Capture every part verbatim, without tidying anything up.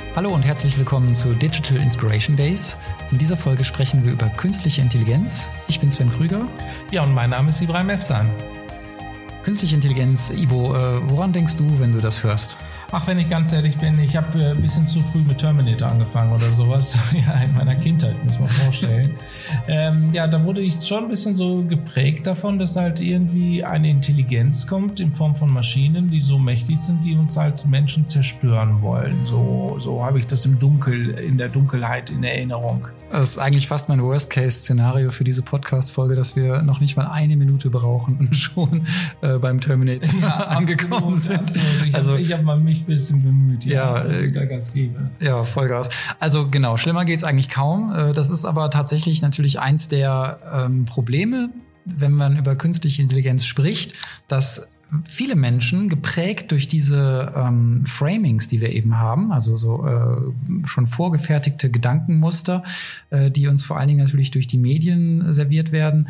Hallo und herzlich willkommen zu Digital Inspiration Days. In dieser Folge sprechen wir über künstliche Intelligenz. Ich bin Sven Krüger. Ja, und mein Name ist Ibrahim Efsan. Künstliche Intelligenz, Ibo, äh, woran denkst du, wenn du das hörst? Ach, wenn ich ganz ehrlich bin, ich habe ein bisschen zu früh mit Terminator angefangen oder sowas. Ja, in meiner Kindheit, muss man vorstellen. ähm, ja, da wurde ich schon ein bisschen so geprägt davon, dass halt irgendwie eine Intelligenz kommt in Form von Maschinen, die so mächtig sind, die uns halt Menschen zerstören wollen. So, so habe ich das im Dunkel, in der Dunkelheit in Erinnerung. Das ist eigentlich fast mein Worst-Case-Szenario für diese Podcast-Folge, dass wir noch nicht mal eine Minute brauchen und schon äh, beim Terminator ja, angekommen absolut, sind. Absolut. Ich also, habe hab mal mich ein bisschen bemüht, ja, ja, als ich da Gas gebe. Ja, Vollgas. Also genau, schlimmer geht's eigentlich kaum. Das ist aber tatsächlich natürlich eins der ähm, Probleme, wenn man über künstliche Intelligenz spricht, dass viele Menschen geprägt durch diese ähm, Framings, die wir eben haben, also so äh, schon vorgefertigte Gedankenmuster, äh, die uns vor allen Dingen natürlich durch die Medien serviert werden,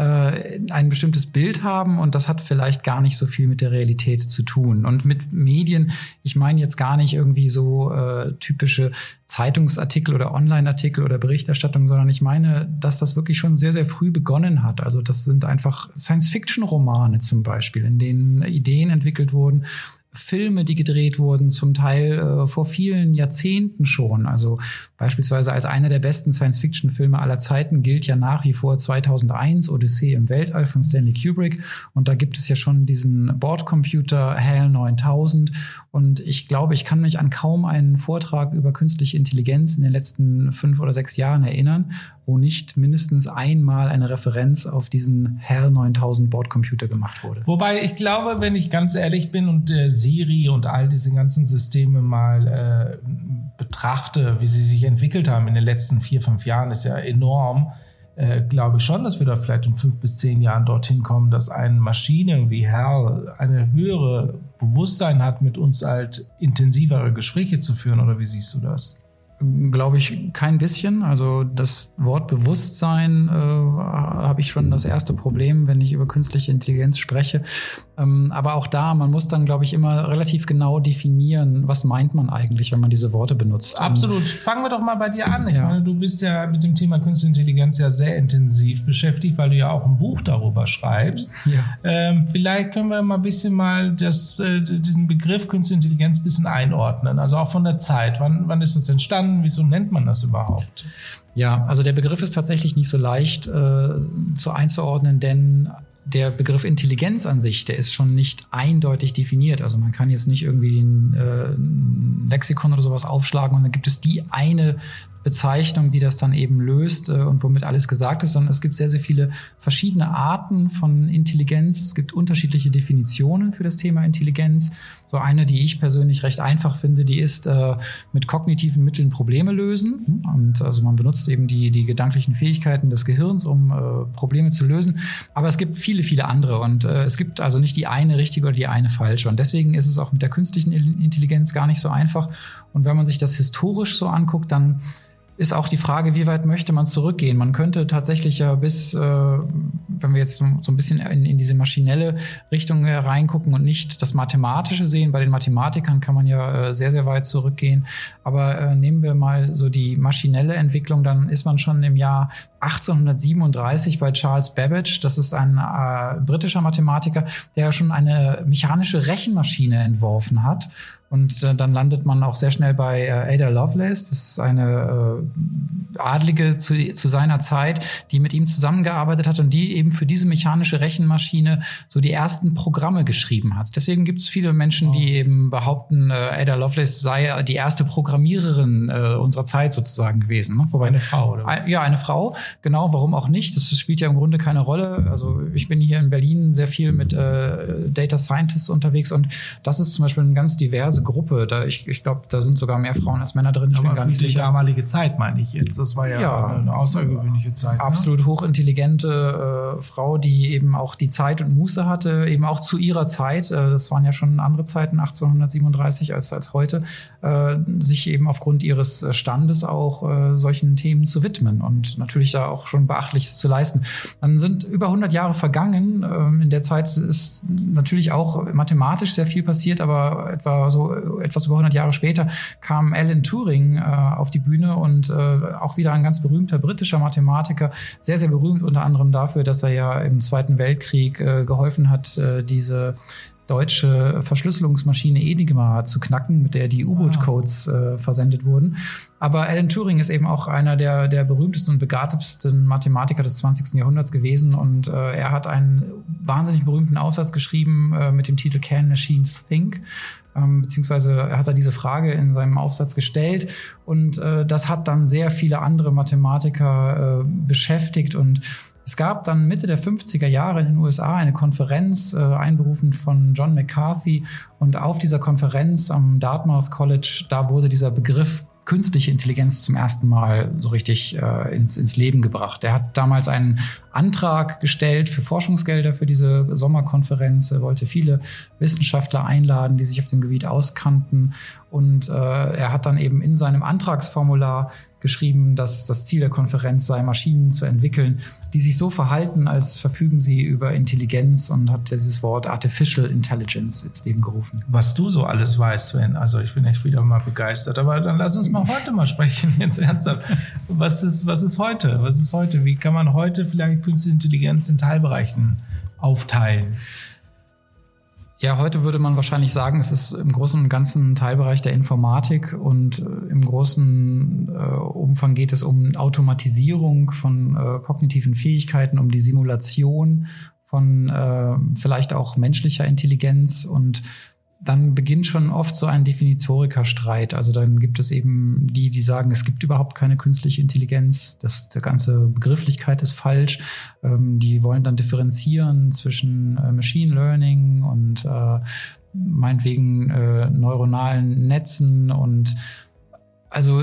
äh, ein bestimmtes Bild haben und das hat vielleicht gar nicht so viel mit der Realität zu tun. Und mit Medien, ich meine jetzt gar nicht irgendwie so äh, typische Zeitungsartikel oder Online-Artikel oder Berichterstattung, sondern ich meine, dass das wirklich schon sehr, sehr früh begonnen hat. Also das sind einfach Science-Fiction-Romane zum Beispiel, in denen Ideen entwickelt wurden, Filme, die gedreht wurden, zum Teil äh, vor vielen Jahrzehnten schon. Also beispielsweise als einer der besten Science-Fiction-Filme aller Zeiten gilt ja nach wie vor zweitausendeins Odyssee im Weltall von Stanley Kubrick. Und da gibt es ja schon diesen Bordcomputer HAL neuntausend. Und ich glaube, ich kann mich an kaum einen Vortrag über künstliche Intelligenz in den letzten fünf oder sechs Jahren erinnern, wo nicht mindestens einmal eine Referenz auf diesen HAL neuntausend Bordcomputer gemacht wurde. Wobei ich glaube, wenn ich ganz ehrlich bin und äh, Siri und all diese ganzen Systeme mal äh, betrachte, wie sie sich entwickelt haben in den letzten vier, fünf Jahren, ist ja enorm, äh, glaube ich schon, dass wir da vielleicht in fünf bis zehn Jahren dorthin kommen, dass eine Maschine wie HAL eine höhere Bewusstsein hat, mit uns halt intensivere Gespräche zu führen, oder wie siehst du das? Glaube ich kein bisschen. Also das Wort Bewusstsein äh, habe ich schon das erste Problem, wenn ich über künstliche Intelligenz spreche. Ähm, aber auch da, man muss dann, glaube ich, immer relativ genau definieren, was meint man eigentlich, wenn man diese Worte benutzt. Absolut. Und fangen wir doch mal bei dir an. Ich ja. meine, du bist ja mit dem Thema Künstliche Intelligenz ja sehr intensiv beschäftigt, weil du ja auch ein Buch darüber schreibst. Ja. Ähm, vielleicht können wir mal ein bisschen mal das, äh, diesen Begriff Künstliche Intelligenz ein bisschen einordnen. Also auch von der Zeit. Wann, wann ist das entstanden? Wieso nennt man das überhaupt? Ja, also der Begriff ist tatsächlich nicht so leicht äh, zu einzuordnen, denn der Begriff Intelligenz an sich, der ist schon nicht eindeutig definiert. Also man kann jetzt nicht irgendwie ein, äh, ein Lexikon oder sowas aufschlagen und dann gibt es die eine Bezeichnung, die das dann eben löst äh, und womit alles gesagt ist, sondern es gibt sehr, sehr viele verschiedene Arten von Intelligenz. Es gibt unterschiedliche Definitionen für das Thema Intelligenz. So eine, die ich persönlich recht einfach finde, die ist äh, mit kognitiven Mitteln Probleme lösen. Und also man benutzt eben die, die gedanklichen Fähigkeiten des Gehirns, um äh, Probleme zu lösen. Aber es gibt viele, viele andere und äh, es gibt also nicht die eine richtige oder die eine falsche. Und deswegen ist es auch mit der künstlichen Intelligenz gar nicht so einfach. Und wenn man sich das historisch so anguckt, dann ist auch die Frage, wie weit möchte man zurückgehen? Man könnte tatsächlich ja bis, äh, wenn wir jetzt so, so ein bisschen in, in diese maschinelle Richtung äh, reingucken und nicht das Mathematische sehen. Bei den Mathematikern kann man ja äh, sehr, sehr weit zurückgehen. Aber äh, nehmen wir mal so die maschinelle Entwicklung, dann ist man schon im Jahr achtzehnhundertsiebenunddreißig bei Charles Babbage. Das ist ein äh, britischer Mathematiker, der schon eine mechanische Rechenmaschine entworfen hat. Und äh, dann landet man auch sehr schnell bei äh, Ada Lovelace. Das ist eine äh, Adlige zu, zu seiner Zeit, die mit ihm zusammengearbeitet hat und die eben für diese mechanische Rechenmaschine so die ersten Programme geschrieben hat. Deswegen gibt es viele Menschen, oh. die eben behaupten, äh, Ada Lovelace sei die erste Programmiererin äh, unserer Zeit sozusagen gewesen. Ne? Wobei eine Frau, oder was? Ja, eine Frau. Genau, warum auch nicht? Das spielt ja im Grunde keine Rolle. Also ich bin hier in Berlin sehr viel mit äh, Data Scientists unterwegs und das ist zum Beispiel eine ganz diverse Gruppe. Da ich, ich glaube, da sind sogar mehr Frauen als Männer drin. Ich Aber bin gar nicht für die sicher. damalige Zeit Zeit, meine ich jetzt. Das war ja, ja eine außergewöhnliche Zeit. Absolut, ne? Hochintelligente äh, Frau, die eben auch die Zeit und Muße hatte, eben auch zu ihrer Zeit, äh, das waren ja schon andere Zeiten, achtzehnhundertsiebenunddreißig als, als heute, äh, sich eben aufgrund ihres Standes auch äh, solchen Themen zu widmen und natürlich da auch schon Beachtliches zu leisten. Dann sind über hundert Jahre vergangen. Ähm, in der Zeit ist natürlich auch mathematisch sehr viel passiert, aber etwa so etwas über hundert Jahre später kam Alan Turing äh, auf die Bühne und äh, auch wieder ein ganz berühmter britischer Mathematiker, sehr, sehr berühmt unter anderem dafür, dass er ja im Zweiten Weltkrieg äh, geholfen hat, äh, diese deutsche Verschlüsselungsmaschine Enigma zu knacken, mit der die U-Boot-Codes äh, versendet wurden. Aber Alan Turing ist eben auch einer der, der berühmtesten und begabtesten Mathematiker des zwanzigsten Jahrhunderts gewesen und äh, er hat einen wahnsinnig berühmten Aufsatz geschrieben äh, mit dem Titel Can Machines Think? Ähm, beziehungsweise er hat da diese Frage in seinem Aufsatz gestellt und äh, das hat dann sehr viele andere Mathematiker äh, beschäftigt und es gab dann Mitte der fünfziger Jahre in den U S A eine Konferenz, äh, einberufen von John McCarthy. Und auf dieser Konferenz am Dartmouth College, da wurde dieser Begriff künstliche Intelligenz zum ersten Mal so richtig äh, ins, ins Leben gebracht. Er hat damals einen Antrag gestellt für Forschungsgelder für diese Sommerkonferenz. Er wollte viele Wissenschaftler einladen, die sich auf dem Gebiet auskannten. Und äh, er hat dann eben in seinem Antragsformular geschrieben, dass das Ziel der Konferenz sei, Maschinen zu entwickeln, die sich so verhalten, als verfügen sie über Intelligenz und hat dieses Wort Artificial Intelligence ins Leben gerufen. Was du so alles weißt, Sven, also ich bin echt wieder mal begeistert, aber dann lass uns mal heute mal sprechen, jetzt ernsthaft. Was ist, was ist heute? Was ist heute? Wie kann man heute vielleicht künstliche Intelligenz in Teilbereichen aufteilen? Ja, heute würde man wahrscheinlich sagen, es ist im Großen und Ganzen ein Teilbereich der Informatik und im großen äh, Umfang geht es um Automatisierung von äh, kognitiven Fähigkeiten, um die Simulation von äh, vielleicht auch menschlicher Intelligenz und dann beginnt schon oft so ein Definitorikerstreit. Also dann gibt es eben die, die sagen, es gibt überhaupt keine künstliche Intelligenz. Das, die ganze Begrifflichkeit ist falsch. Ähm, die wollen dann differenzieren zwischen äh, Machine Learning und äh, meinetwegen äh, neuronalen Netzen. Und also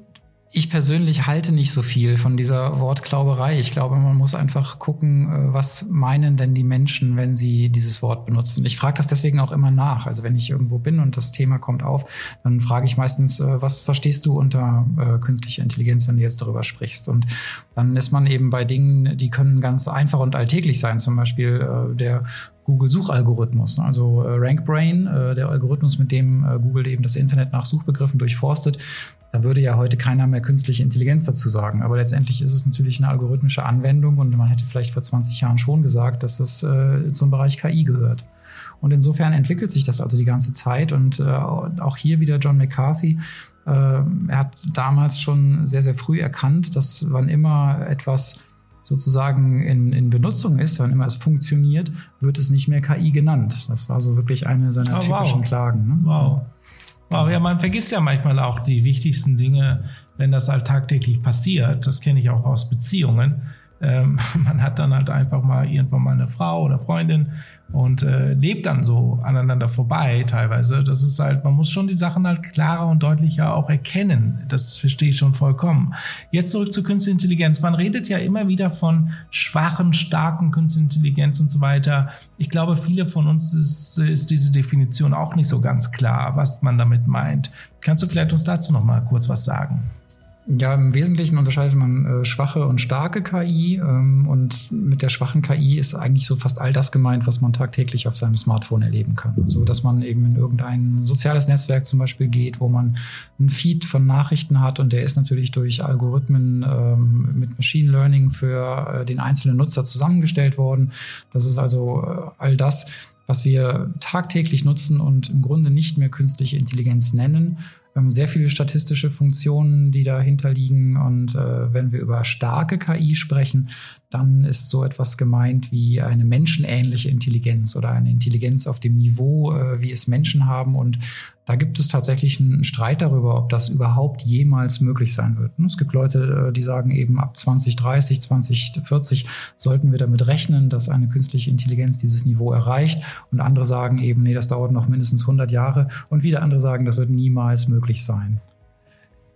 ich persönlich halte nicht so viel von dieser Wortklauberei. Ich glaube, man muss einfach gucken, was meinen denn die Menschen, wenn sie dieses Wort benutzen. Ich frage das deswegen auch immer nach. Also wenn ich irgendwo bin und das Thema kommt auf, dann frage ich meistens, was verstehst du unter äh, künstlicher Intelligenz, wenn du jetzt darüber sprichst? Und dann ist man eben bei Dingen, die können ganz einfach und alltäglich sein. Zum Beispiel äh, der Google-Suchalgorithmus, also äh, RankBrain, äh, der Algorithmus, mit dem äh, Google eben das Internet nach Suchbegriffen durchforstet. Da würde ja heute keiner mehr künstliche Intelligenz dazu sagen. Aber letztendlich ist es natürlich eine algorithmische Anwendung und man hätte vielleicht vor zwanzig Jahren schon gesagt, dass das äh, zum Bereich K I gehört. Und insofern entwickelt sich das also die ganze Zeit. Und äh, auch hier wieder John McCarthy. Äh, er hat damals schon sehr, sehr früh erkannt, dass wann immer etwas sozusagen in, in Benutzung ist, wann immer es funktioniert, wird es nicht mehr K I genannt. Das war so wirklich eine seiner oh, typischen wow. Klagen. Ne? Wow. Wow, ja, man vergisst ja manchmal auch die wichtigsten Dinge, wenn das halt tagtäglich passiert. Das kenne ich auch aus Beziehungen. Ähm, man hat dann halt einfach mal irgendwann mal eine Frau oder Freundin und äh, lebt dann so aneinander vorbei teilweise. Das ist halt, man muss schon die Sachen halt klarer und deutlicher auch erkennen. Das verstehe ich schon vollkommen. Jetzt zurück zur künstlichen Intelligenz. Man redet ja immer wieder von schwachen, starken künstlichen Intelligenz und so weiter. Ich glaube, viele von uns ist, ist diese Definition auch nicht so ganz klar, was man damit meint. Kannst du vielleicht uns dazu noch mal kurz was sagen? Ja, im Wesentlichen unterscheidet man äh, schwache und starke K I. Ähm, und mit der schwachen K I ist eigentlich so fast all das gemeint, was man tagtäglich auf seinem Smartphone erleben kann. Also, dass man eben in irgendein soziales Netzwerk zum Beispiel geht, wo man einen Feed von Nachrichten hat und der ist natürlich durch Algorithmen ähm, mit Machine Learning für äh, den einzelnen Nutzer zusammengestellt worden. Das ist also äh, all das, was wir tagtäglich nutzen und im Grunde nicht mehr künstliche Intelligenz nennen. Wir haben sehr viele statistische Funktionen, die dahinter liegen. Und äh, wenn wir über starke K I sprechen, dann ist so etwas gemeint wie eine menschenähnliche Intelligenz oder eine Intelligenz auf dem Niveau, äh, wie es Menschen haben. Und da gibt es tatsächlich einen Streit darüber, ob das überhaupt jemals möglich sein wird. Es gibt Leute, die sagen eben, ab zwanzig dreißig, zwanzig vierzig sollten wir damit rechnen, dass eine künstliche Intelligenz dieses Niveau erreicht. Und andere sagen eben, nee, das dauert noch mindestens hundert Jahre. Und wieder andere sagen, das wird niemals möglich sein.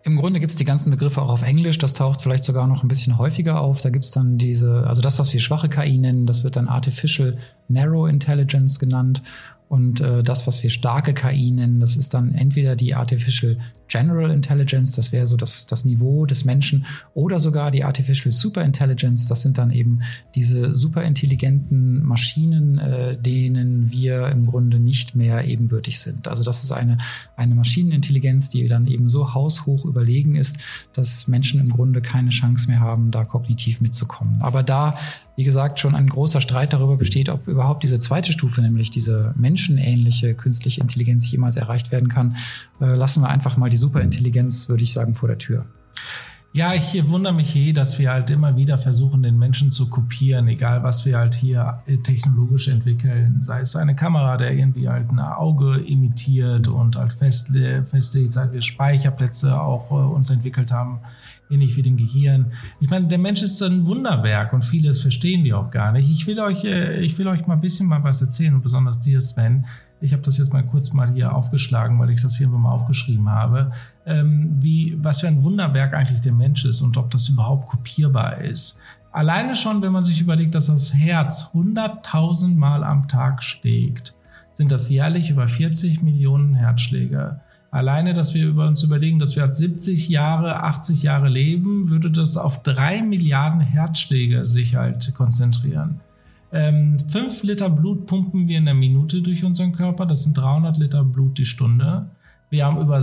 Im Grunde gibt es die ganzen Begriffe auch auf Englisch. Das taucht vielleicht sogar noch ein bisschen häufiger auf. Da gibt es dann diese, also das, was wir schwache K I nennen, das wird dann Artificial Narrow Intelligence genannt. Und äh, das, was wir starke K I nennen, das ist dann entweder die Artificial General Intelligence, das wäre so das, das Niveau des Menschen, oder sogar die Artificial Super Intelligence, das sind dann eben diese superintelligenten Maschinen, äh, denen wir im Grunde nicht mehr ebenbürtig sind. Also das ist eine, eine Maschinenintelligenz, die dann eben so haushoch überlegen ist, dass Menschen im Grunde keine Chance mehr haben, da kognitiv mitzukommen. Aber da, wie gesagt, schon ein großer Streit darüber besteht, ob überhaupt diese zweite Stufe, nämlich diese menschenähnliche künstliche Intelligenz jemals erreicht werden kann, äh, lassen wir einfach mal die Superintelligenz, würde ich sagen, vor der Tür. Ja, ich wundere mich eh, dass wir halt immer wieder versuchen, den Menschen zu kopieren, egal was wir halt hier technologisch entwickeln. Sei es eine Kamera, der irgendwie halt ein Auge imitiert und halt fest, festlegt, seit wir Speicherplätze auch äh, uns entwickelt haben, ähnlich wie dem Gehirn. Ich meine, der Mensch ist ein Wunderwerk und vieles verstehen wir auch gar nicht. Ich will euch, äh, ich will euch mal ein bisschen mal was erzählen und besonders dir, Sven. Ich habe das jetzt mal kurz mal hier aufgeschlagen, weil ich das hier mal aufgeschrieben habe, ähm, wie, was für ein Wunderwerk eigentlich der Mensch ist und ob das überhaupt kopierbar ist. Alleine schon, wenn man sich überlegt, dass das Herz hunderttausend Mal am Tag schlägt, sind das jährlich über vierzig Millionen Herzschläge. Alleine, dass wir über uns überlegen, dass wir siebzig Jahre, achtzig Jahre leben, würde das auf drei Milliarden Herzschläge sich halt konzentrieren. Ähm, fünf Liter Blut pumpen wir in der Minute durch unseren Körper, das sind dreihundert Liter Blut die Stunde. Wir haben über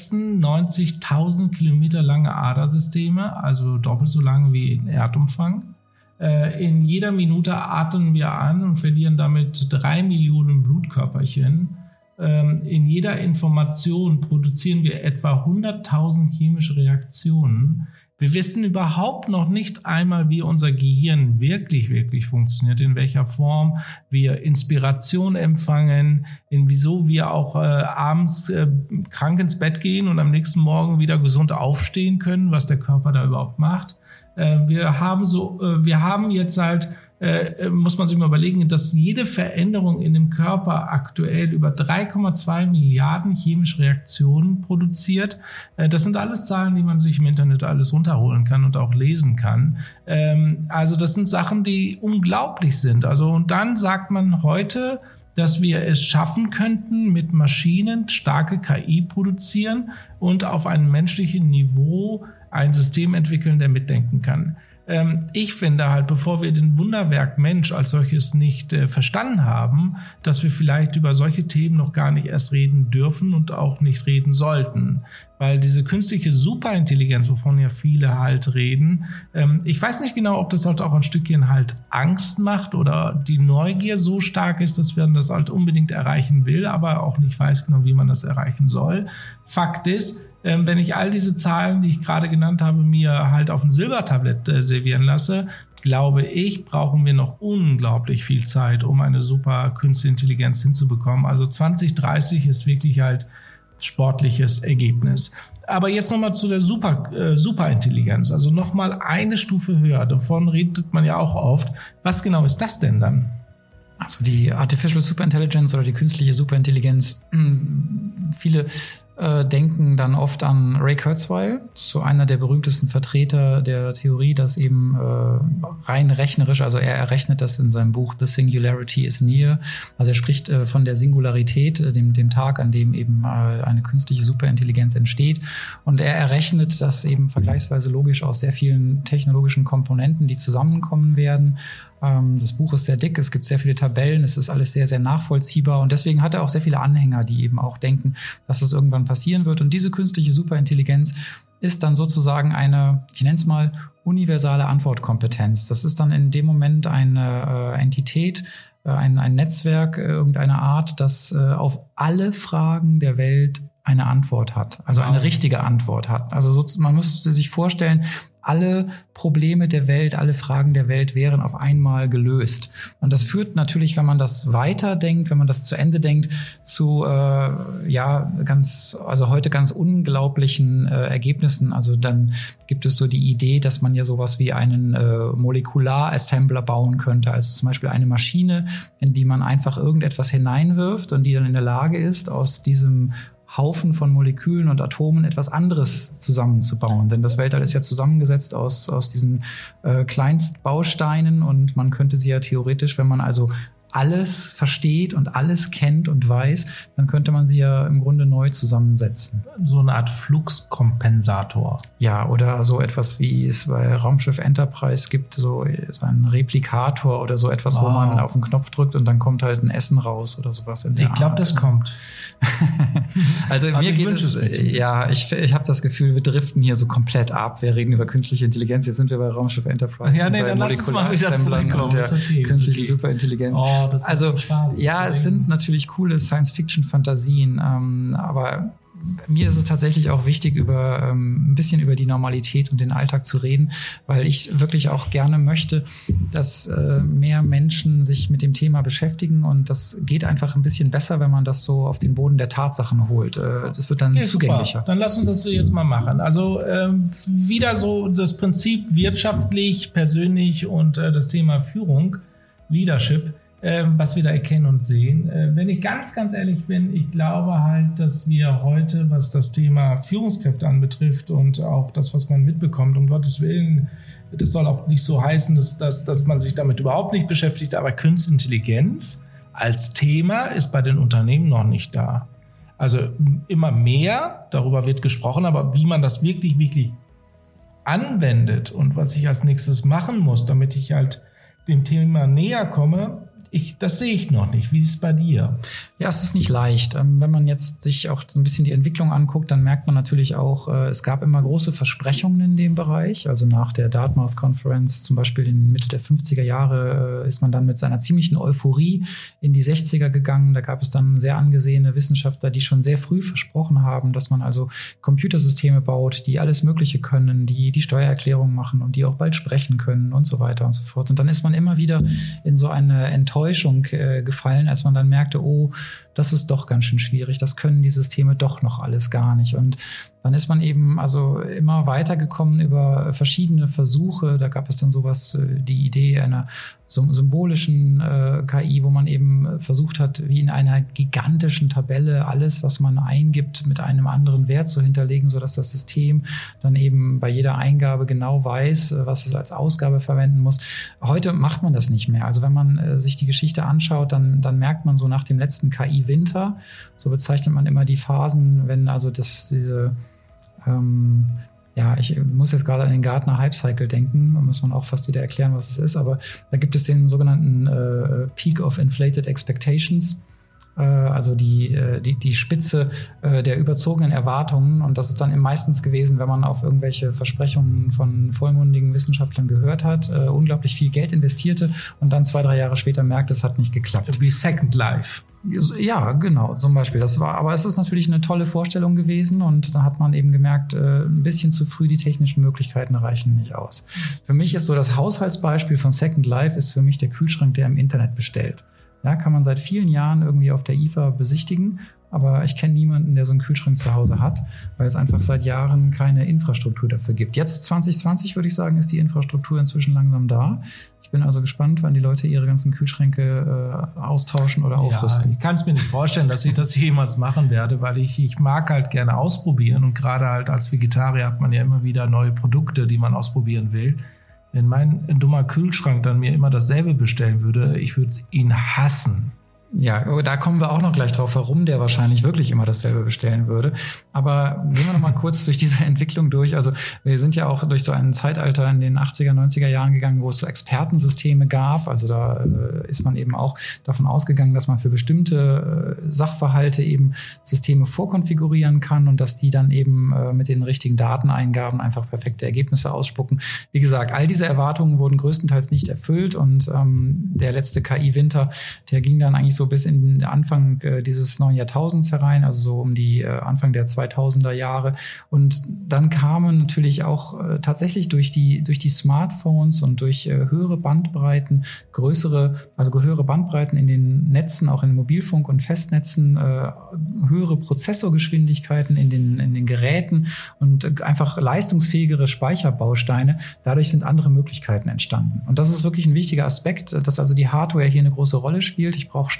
sechsundneunzigtausend Kilometer lange Adersysteme, also doppelt so lang wie in Erdumfang. Äh, in jeder Minute atmen wir an und verlieren damit drei Millionen Blutkörperchen. Ähm, in jeder Information produzieren wir etwa hunderttausend chemische Reaktionen. Wir wissen überhaupt noch nicht einmal, wie unser Gehirn wirklich, wirklich funktioniert, in welcher Form wir Inspiration empfangen, in wieso wir auch äh, abends äh, krank ins Bett gehen und am nächsten Morgen wieder gesund aufstehen können, was der Körper da überhaupt macht. Äh, wir haben so, äh, wir haben jetzt halt Äh, muss man sich mal überlegen, dass jede Veränderung in dem Körper aktuell über drei Komma zwei Milliarden chemische Reaktionen produziert. Äh, das sind alles Zahlen, die man sich im Internet alles runterholen kann und auch lesen kann. Ähm, also das sind Sachen, die unglaublich sind. Also und dann sagt man heute, dass wir es schaffen könnten, mit Maschinen starke K I produzieren und auf einem menschlichen Niveau ein System entwickeln, der mitdenken kann. Ich finde halt, bevor wir den Wunderwerk Mensch als solches nicht äh, verstanden haben, dass wir vielleicht über solche Themen noch gar nicht erst reden dürfen und auch nicht reden sollten. Weil diese künstliche Superintelligenz, wovon ja viele halt reden, ähm, ich weiß nicht genau, ob das halt auch ein Stückchen halt Angst macht oder die Neugier so stark ist, dass man das halt unbedingt erreichen will, aber auch nicht weiß genau, wie man das erreichen soll. Fakt ist, Ähm, wenn ich all diese Zahlen, die ich gerade genannt habe, mir halt auf ein Silbertablett äh, servieren lasse, glaube ich, brauchen wir noch unglaublich viel Zeit, um eine super künstliche Intelligenz hinzubekommen. Also zwanzig dreißig ist wirklich halt sportliches Ergebnis. Aber jetzt nochmal zu der Super, äh, Superintelligenz, also nochmal eine Stufe höher. Davon redet man ja auch oft. Was genau ist das denn dann? Also die Artificial Superintelligence oder die künstliche Superintelligenz, viele äh, denken dann oft an Ray Kurzweil, so einer der berühmtesten Vertreter der Theorie, dass eben äh, rein rechnerisch, also er errechnet das in seinem Buch The Singularity is Near, also er spricht äh, von der Singularität, äh, dem, dem Tag, an dem eben äh, eine künstliche Superintelligenz entsteht, und er errechnet das eben vergleichsweise logisch aus sehr vielen technologischen Komponenten, die zusammenkommen werden. Das Buch ist sehr dick, es gibt sehr viele Tabellen, es ist alles sehr, sehr nachvollziehbar, und deswegen hat er auch sehr viele Anhänger, die eben auch denken, dass das irgendwann passieren wird. Und diese künstliche Superintelligenz ist dann sozusagen eine, ich nenne es mal, universale Antwortkompetenz. Das ist dann in dem Moment eine äh, Entität, äh, ein, ein Netzwerk äh, irgendeiner Art, das äh, auf alle Fragen der Welt eine Antwort hat, also eine richtige Antwort hat. Also so, man müsste sich vorstellen, alle Probleme der Welt, alle Fragen der Welt wären auf einmal gelöst. Und das führt natürlich, wenn man das weiterdenkt, wenn man das zu Ende denkt, zu äh, ja ganz, also heute ganz unglaublichen äh, Ergebnissen. Also dann gibt es so die Idee, dass man ja sowas wie einen äh, Molekularsembler bauen könnte. Also zum Beispiel eine Maschine, in die man einfach irgendetwas hineinwirft und die dann in der Lage ist, aus diesem Haufen von Molekülen und Atomen etwas anderes zusammenzubauen. Denn das Weltall ist ja zusammengesetzt aus, aus diesen äh, Kleinstbausteinen und man könnte sie ja theoretisch, wenn man also alles versteht und alles kennt und weiß, dann könnte man sie ja im Grunde neu zusammensetzen. So eine Art Fluxkompensator. Ja, oder so etwas, wie es bei Raumschiff Enterprise gibt, so, so ein Replikator oder so etwas, wow. wo man auf den Knopf drückt und dann kommt halt ein Essen raus oder sowas in der Ich glaube, das kommt. also, also mir geht es, es ja, ich, ich habe das Gefühl, wir driften hier so komplett ab. Wir reden über künstliche Intelligenz. Jetzt sind wir bei Raumschiff Enterprise. Ja, nee, dann lass uns mal wieder zurückkommen. Und der okay, künstlichen okay. Superintelligenz. Oh, das also, Spaß, ja, es sind natürlich coole Science-Fiction-Fantasien, ähm, aber mir ist es tatsächlich auch wichtig, über ähm, ein bisschen über die Normalität und den Alltag zu reden, weil ich wirklich auch gerne möchte, dass äh, mehr Menschen sich mit dem Thema beschäftigen und das geht einfach ein bisschen besser, wenn man das so auf den Boden der Tatsachen holt. Äh, das wird dann okay, zugänglicher. Super. Dann lass uns das jetzt mal machen. Also ähm, wieder so das Prinzip wirtschaftlich, persönlich und äh, das Thema Führung, Leadership. Ähm, was wir da erkennen und sehen. Äh, wenn ich ganz, ganz ehrlich bin, ich glaube halt, dass wir heute, was das Thema Führungskräfte anbetrifft und auch das, was man mitbekommt, um Gottes Willen, das soll auch nicht so heißen, dass, dass, dass man sich damit überhaupt nicht beschäftigt, aber Künstliche Intelligenz als Thema ist bei den Unternehmen noch nicht da. Also immer mehr, darüber wird gesprochen, aber wie man das wirklich, wirklich anwendet und was ich als nächstes machen muss, damit ich halt dem Thema näher komme, Ich, das sehe ich noch nicht. Wie ist es bei dir? Ja, es ist nicht leicht. Wenn man jetzt sich auch so ein bisschen die Entwicklung anguckt, dann merkt man natürlich auch, es gab immer große Versprechungen in dem Bereich. Also nach der Dartmouth Conference, zum Beispiel in Mitte der fünfziger Jahre, ist man dann mit seiner ziemlichen Euphorie in die sechziger gegangen. Da gab es dann sehr angesehene Wissenschaftler, die schon sehr früh versprochen haben, dass man also Computersysteme baut, die alles Mögliche können, die die Steuererklärung machen und die auch bald sprechen können und so weiter und so fort. Und dann ist man immer wieder in so eine Enttäuschung Enttäuschung äh, gefallen, als man dann merkte, oh, das ist doch ganz schön schwierig, das können die Systeme doch noch alles gar nicht. Und dann ist man eben also immer weitergekommen über verschiedene Versuche. Da gab es dann sowas, äh, die Idee einer so symbolischen äh, K I, wo man eben versucht hat, wie in einer gigantischen Tabelle alles, was man eingibt, mit einem anderen Wert zu hinterlegen, sodass das System dann eben bei jeder Eingabe genau weiß, was es als Ausgabe verwenden muss. Heute macht man das nicht mehr. Also wenn man äh, sich die Geschichte anschaut, dann, dann merkt man so nach dem letzten K I-Winter, so bezeichnet man immer die Phasen, wenn also das, diese ähm, ja, ich muss jetzt gerade an den Gartner Hype Cycle denken, da muss man auch fast wieder erklären, was es ist, aber da gibt es den sogenannten äh, Peak of Inflated Expectations, äh, also die, äh, die, die Spitze äh, der überzogenen Erwartungen, und das ist dann meistens gewesen, wenn man auf irgendwelche Versprechungen von vollmundigen Wissenschaftlern gehört hat, äh, unglaublich viel Geld investierte und dann zwei, drei Jahre später merkt, es hat nicht geklappt. Wie Second Life. Ja, genau, zum Beispiel. Das war, aber es ist natürlich eine tolle Vorstellung gewesen und dann hat man eben gemerkt, äh, ein bisschen zu früh, die technischen Möglichkeiten reichen nicht aus. Für mich ist so das Haushaltsbeispiel von Second Life ist für mich der Kühlschrank, der im Internet bestellt. Ja, kann man seit vielen Jahren irgendwie auf der I F A besichtigen, aber ich kenne niemanden, der so einen Kühlschrank zu Hause hat, weil es einfach seit Jahren keine Infrastruktur dafür gibt. Jetzt zwanzig zwanzig, würde ich sagen, ist die Infrastruktur inzwischen langsam da. Ich bin also gespannt, wann die Leute ihre ganzen Kühlschränke äh, austauschen oder aufrüsten. Ja, ich kann es mir nicht vorstellen, dass ich das jemals machen werde, weil ich, ich mag halt gerne ausprobieren und gerade halt als Vegetarier hat man ja immer wieder neue Produkte, die man ausprobieren will. Wenn mein dummer Kühlschrank dann mir immer dasselbe bestellen würde, ich würde ihn hassen. Ja, da kommen wir auch noch gleich drauf, warum der wahrscheinlich wirklich immer dasselbe bestellen würde. Aber gehen wir noch mal kurz durch diese Entwicklung durch. Also wir sind ja auch durch so ein Zeitalter in den achtziger, neunziger Jahren gegangen, wo es so Expertensysteme gab. Also da äh, ist man eben auch davon ausgegangen, dass man für bestimmte äh, Sachverhalte eben Systeme vorkonfigurieren kann und dass die dann eben äh, mit den richtigen Dateneingaben einfach perfekte Ergebnisse ausspucken. Wie gesagt, all diese Erwartungen wurden größtenteils nicht erfüllt und ähm, der letzte K I-Winter, der ging dann eigentlich so bis in den Anfang äh, dieses neuen Jahrtausends herein, also so um die äh, Anfang der zweitausender Jahre. Und dann kamen natürlich auch äh, tatsächlich durch die durch die Smartphones und durch äh, höhere Bandbreiten, größere, also höhere Bandbreiten in den Netzen, auch in Mobilfunk- und Festnetzen, äh, höhere Prozessorgeschwindigkeiten in den in den Geräten und äh, einfach leistungsfähigere Speicherbausteine. Dadurch sind andere Möglichkeiten entstanden. Und das ist wirklich ein wichtiger Aspekt, dass also die Hardware hier eine große Rolle spielt. Ich brauche schnell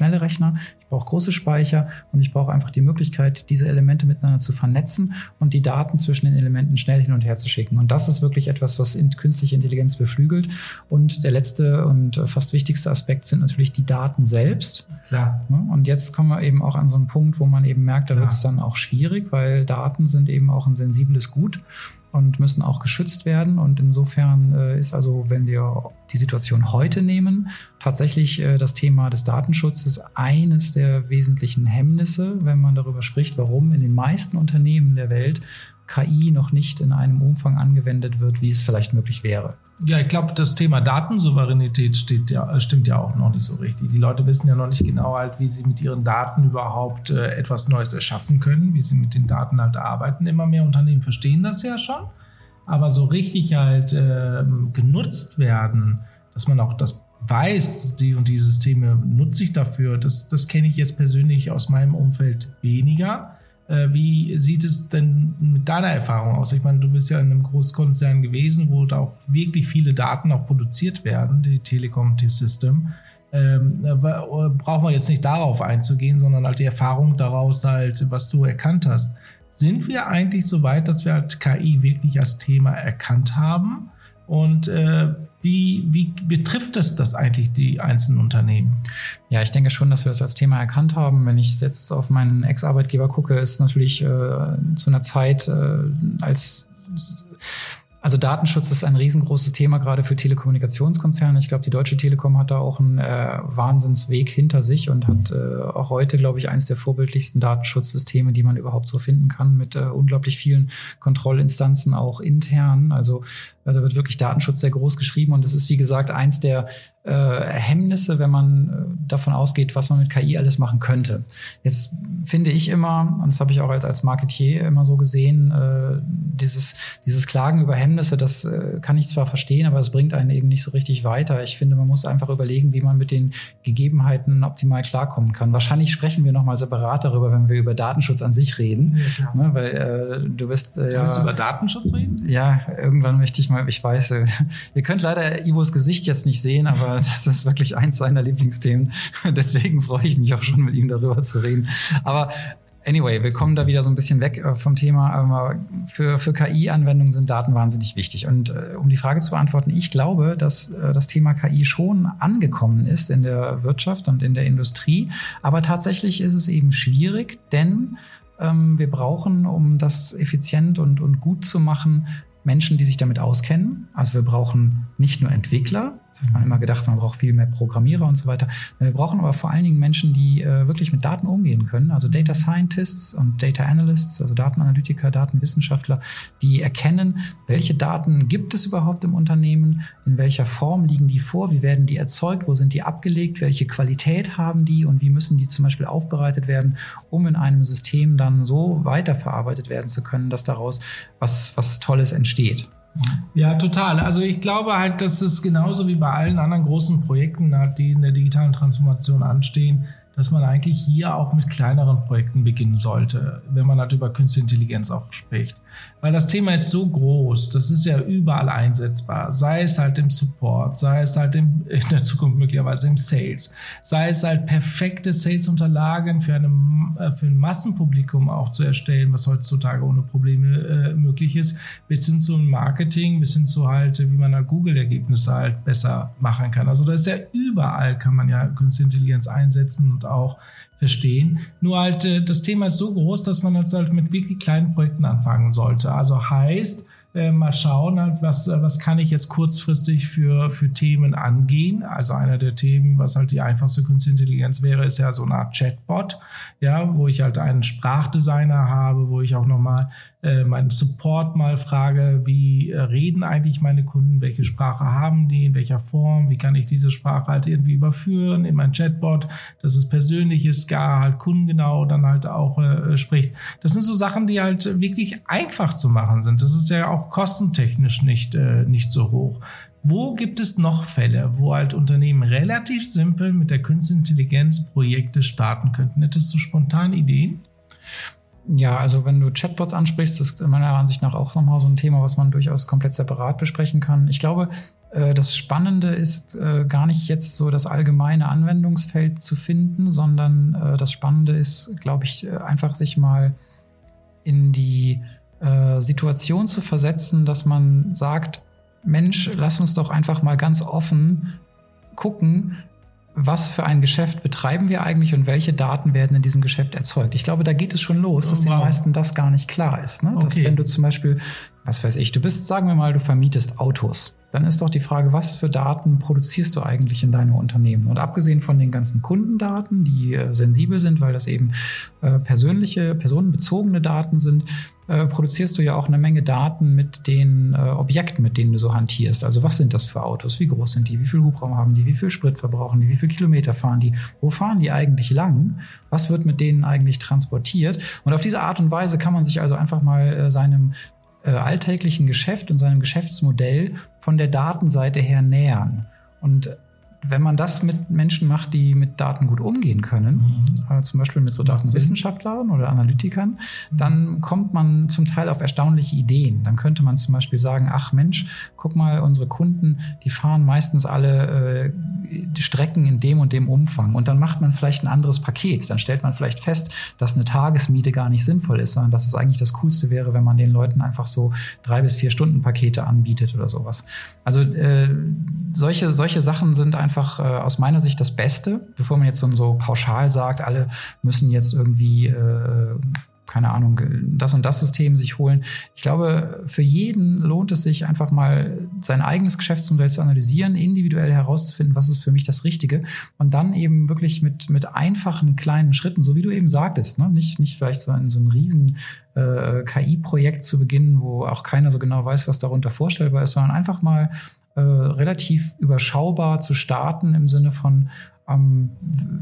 schnelle Rechner, ich brauche große Speicher und ich brauche einfach die Möglichkeit, diese Elemente miteinander zu vernetzen und die Daten zwischen den Elementen schnell hin und her zu schicken. Und das ist wirklich etwas, was in künstliche Intelligenz beflügelt. Und der letzte und fast wichtigste Aspekt sind natürlich die Daten selbst. Klar. Und jetzt kommen wir eben auch an so einen Punkt, wo man eben merkt, da wird es dann auch schwierig, weil Daten sind eben auch ein sensibles Gut und müssen auch geschützt werden. Und insofern äh, ist also, wenn wir die Situation heute nehmen, tatsächlich äh, das Thema des Datenschutzes eines der wesentlichen Hemmnisse, wenn man darüber spricht, warum in den meisten Unternehmen der Welt K I noch nicht in einem Umfang angewendet wird, wie es vielleicht möglich wäre. Ja, ich glaube, das Thema Datensouveränität steht ja, stimmt ja auch noch nicht so richtig. Die Leute wissen ja noch nicht genau halt, wie sie mit ihren Daten überhaupt äh, etwas Neues erschaffen können, wie sie mit den Daten halt arbeiten. Immer mehr Unternehmen verstehen das ja schon, aber so richtig halt äh, genutzt werden, dass man auch das weiß, die und die Systeme nutze ich dafür, das, das kenne ich jetzt persönlich aus meinem Umfeld weniger. Wie sieht es denn mit deiner Erfahrung aus? Ich meine, du bist ja in einem Großkonzern gewesen, wo da auch wirklich viele Daten auch produziert werden, die Telekom T-System. Ähm, brauchen wir jetzt nicht darauf einzugehen, sondern halt die Erfahrung daraus halt, was du erkannt hast. Sind wir eigentlich so weit, dass wir halt K I wirklich als Thema erkannt haben? Und äh, wie, wie betrifft es das eigentlich die einzelnen Unternehmen? Ja, ich denke schon, dass wir es als Thema erkannt haben. Wenn ich jetzt auf meinen Ex-Arbeitgeber gucke, ist natürlich äh, zu einer Zeit, äh, als also Datenschutz ist ein riesengroßes Thema, gerade für Telekommunikationskonzerne. Ich glaube, die Deutsche Telekom hat da auch einen äh, Wahnsinnsweg hinter sich und hat äh, auch heute, glaube ich, eines der vorbildlichsten Datenschutzsysteme, die man überhaupt so finden kann, mit äh, unglaublich vielen Kontrollinstanzen, auch intern. Also äh, da wird wirklich Datenschutz sehr groß geschrieben und es ist, wie gesagt, eins der äh, Hemmnisse, wenn man äh, davon ausgeht, was man mit K I alles machen könnte. Jetzt finde ich immer, und das habe ich auch als, als Marketier immer so gesehen, äh, dieses, dieses Klagen über Hemmnisse, das äh, kann ich zwar verstehen, aber es bringt einen eben nicht so richtig weiter. Ich finde, man muss einfach überlegen, wie man mit den Gegebenheiten optimal klarkommen kann. Wahrscheinlich sprechen wir nochmal separat darüber, wenn wir über Datenschutz an sich reden. Ja, ne, weil äh, du bist äh, ja... Willst du über Datenschutz reden? Ja, irgendwann möchte ich mal, ich weiß, äh, ihr könnt leider Ivos Gesicht jetzt nicht sehen, aber das ist wirklich eins seiner Lieblingsthemen. Deswegen freue ich mich auch schon, mit ihm darüber zu reden. Aber anyway, wir kommen da wieder so ein bisschen weg vom Thema. Aber für, für K I-Anwendungen sind Daten wahnsinnig wichtig. Und äh, um die Frage zu beantworten, ich glaube, dass äh, das Thema K I schon angekommen ist in der Wirtschaft und in der Industrie. Aber tatsächlich ist es eben schwierig, denn ähm, wir brauchen, um das effizient und, und gut zu machen, Menschen, die sich damit auskennen. Also wir brauchen nicht nur Entwickler, das hat man immer gedacht, man braucht viel mehr Programmierer und so weiter. Wir brauchen aber vor allen Dingen Menschen, die äh, wirklich mit Daten umgehen können, also Data Scientists und Data Analysts, also Datenanalytiker, Datenwissenschaftler, die erkennen, welche Daten gibt es überhaupt im Unternehmen, in welcher Form liegen die vor, wie werden die erzeugt, wo sind die abgelegt, welche Qualität haben die und wie müssen die zum Beispiel aufbereitet werden, um in einem System dann so weiterverarbeitet werden zu können, dass daraus was, was Tolles entsteht. Ja, total. Also ich glaube halt, dass es genauso wie bei allen anderen großen Projekten, die in der digitalen Transformation anstehen, dass man eigentlich hier auch mit kleineren Projekten beginnen sollte, wenn man halt über Künstliche Intelligenz auch spricht. Weil das Thema ist so groß, das ist ja überall einsetzbar, sei es halt im Support, sei es halt im, in der Zukunft möglicherweise im Sales, sei es halt perfekte Sales-Unterlagen für, eine, für ein Massenpublikum auch zu erstellen, was heutzutage ohne Probleme äh, möglich ist, bis hin zu Marketing, bis hin zu halt, wie man halt Google-Ergebnisse halt besser machen kann. Also das ist ja überall, kann man ja Künstliche Intelligenz einsetzen und auch verstehen. Nur halt, äh, das Thema ist so groß, dass man jetzt halt mit wirklich kleinen Projekten anfangen sollte. Also heißt, äh, mal schauen halt, was, was kann ich jetzt kurzfristig für, für Themen angehen. Also einer der Themen, was halt die einfachste Künstliche Intelligenz wäre, ist ja so eine Art Chatbot, ja, wo ich halt einen Sprachdesigner habe, wo ich auch nochmal äh, meinen Support mal frage, wie äh, reden eigentlich meine Kunden, welche Sprache haben die, in welcher Form, wie kann ich diese Sprache halt irgendwie überführen in mein Chatbot, dass es persönlich ist, gar halt kundengenau dann halt auch äh, spricht. Das sind so Sachen, die halt wirklich einfach zu machen sind. Das ist ja auch kostentechnisch nicht, äh, nicht so hoch. Wo gibt es noch Fälle, wo halt Unternehmen relativ simpel mit der Künstlichen Intelligenz Projekte starten könnten? Hättest du spontan Ideen? Ja, also wenn du Chatbots ansprichst, ist meiner Ansicht nach auch nochmal so ein Thema, was man durchaus komplett separat besprechen kann. Ich glaube, Das Spannende ist äh, gar nicht jetzt so das allgemeine Anwendungsfeld zu finden, sondern äh, das Spannende ist, glaube ich, einfach sich mal in die äh, Situation zu versetzen, dass man sagt, Mensch, lass uns doch einfach mal ganz offen gucken, was für ein Geschäft betreiben wir eigentlich und welche Daten werden in diesem Geschäft erzeugt. Ich glaube, da geht es schon los, dass oh, wow. den meisten das gar nicht klar ist. Ne? Dass okay. wenn du zum Beispiel, was weiß ich, du bist, sagen wir mal, du vermietest Autos, dann ist doch die Frage, was für Daten produzierst du eigentlich in deinem Unternehmen? Und abgesehen von den ganzen Kundendaten, die äh, sensibel sind, weil das eben äh, persönliche, personenbezogene Daten sind, äh, produzierst du ja auch eine Menge Daten mit den äh, Objekten, mit denen du so hantierst. Also was sind das für Autos? Wie groß sind die? Wie viel Hubraum haben die? Wie viel Sprit verbrauchen die? Wie viel Kilometer fahren die? Wo fahren die eigentlich lang? Was wird mit denen eigentlich transportiert? Und auf diese Art und Weise kann man sich also einfach mal äh, seinem äh, alltäglichen Geschäft und seinem Geschäftsmodell von der Datenseite her nähern. Und wenn man das mit Menschen macht, die mit Daten gut umgehen können, mhm. äh, zum Beispiel mit so Datenwissenschaftlern oder Analytikern, dann kommt man zum Teil auf erstaunliche Ideen. Dann könnte man zum Beispiel sagen, ach Mensch, guck mal, unsere Kunden, die fahren meistens alle äh, die Strecken in dem und dem Umfang. Und dann macht man vielleicht ein anderes Paket. Dann stellt man vielleicht fest, dass eine Tagesmiete gar nicht sinnvoll ist, sondern dass es eigentlich das Coolste wäre, wenn man den Leuten einfach so drei bis vier Stunden Pakete anbietet oder sowas. Also äh, solche, solche Sachen sind einfach einfach äh, aus meiner Sicht das Beste, bevor man jetzt so, so pauschal sagt, alle müssen jetzt irgendwie, äh, keine Ahnung, das und das System sich holen. Ich glaube, für jeden lohnt es sich einfach mal sein eigenes Geschäftsmodell zu analysieren, individuell herauszufinden, was ist für mich das Richtige und dann eben wirklich mit, mit einfachen kleinen Schritten, so wie du eben sagtest, ne? nicht, nicht vielleicht so ein, so ein riesen äh, K I-Projekt zu beginnen, wo auch keiner so genau weiß, was darunter vorstellbar ist, sondern einfach mal Äh, relativ überschaubar zu starten im Sinne von, ähm,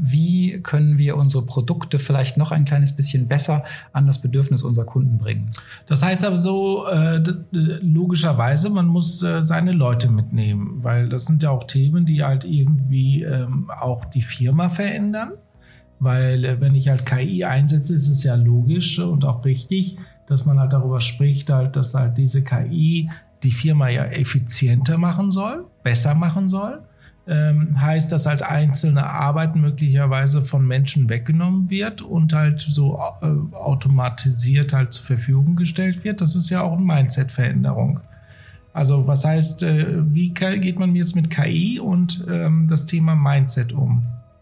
wie können wir unsere Produkte vielleicht noch ein kleines bisschen besser an das Bedürfnis unserer Kunden bringen. Das heißt aber so, äh, logischerweise, man muss äh, seine Leute mitnehmen, weil das sind ja auch Themen, die halt irgendwie ähm, auch die Firma verändern, weil äh, wenn ich halt K I einsetze, ist es ja logisch und auch richtig, dass man halt darüber spricht, halt, dass halt diese K I die Firma ja effizienter machen soll, besser machen soll. Ähm, heißt, dass halt einzelne Arbeit möglicherweise von Menschen weggenommen wird und halt so äh, automatisiert halt zur Verfügung gestellt wird. Das ist ja auch eine Mindset-Veränderung. Also was heißt, äh, wie geht man jetzt mit K I und ähm, das Thema Mindset um?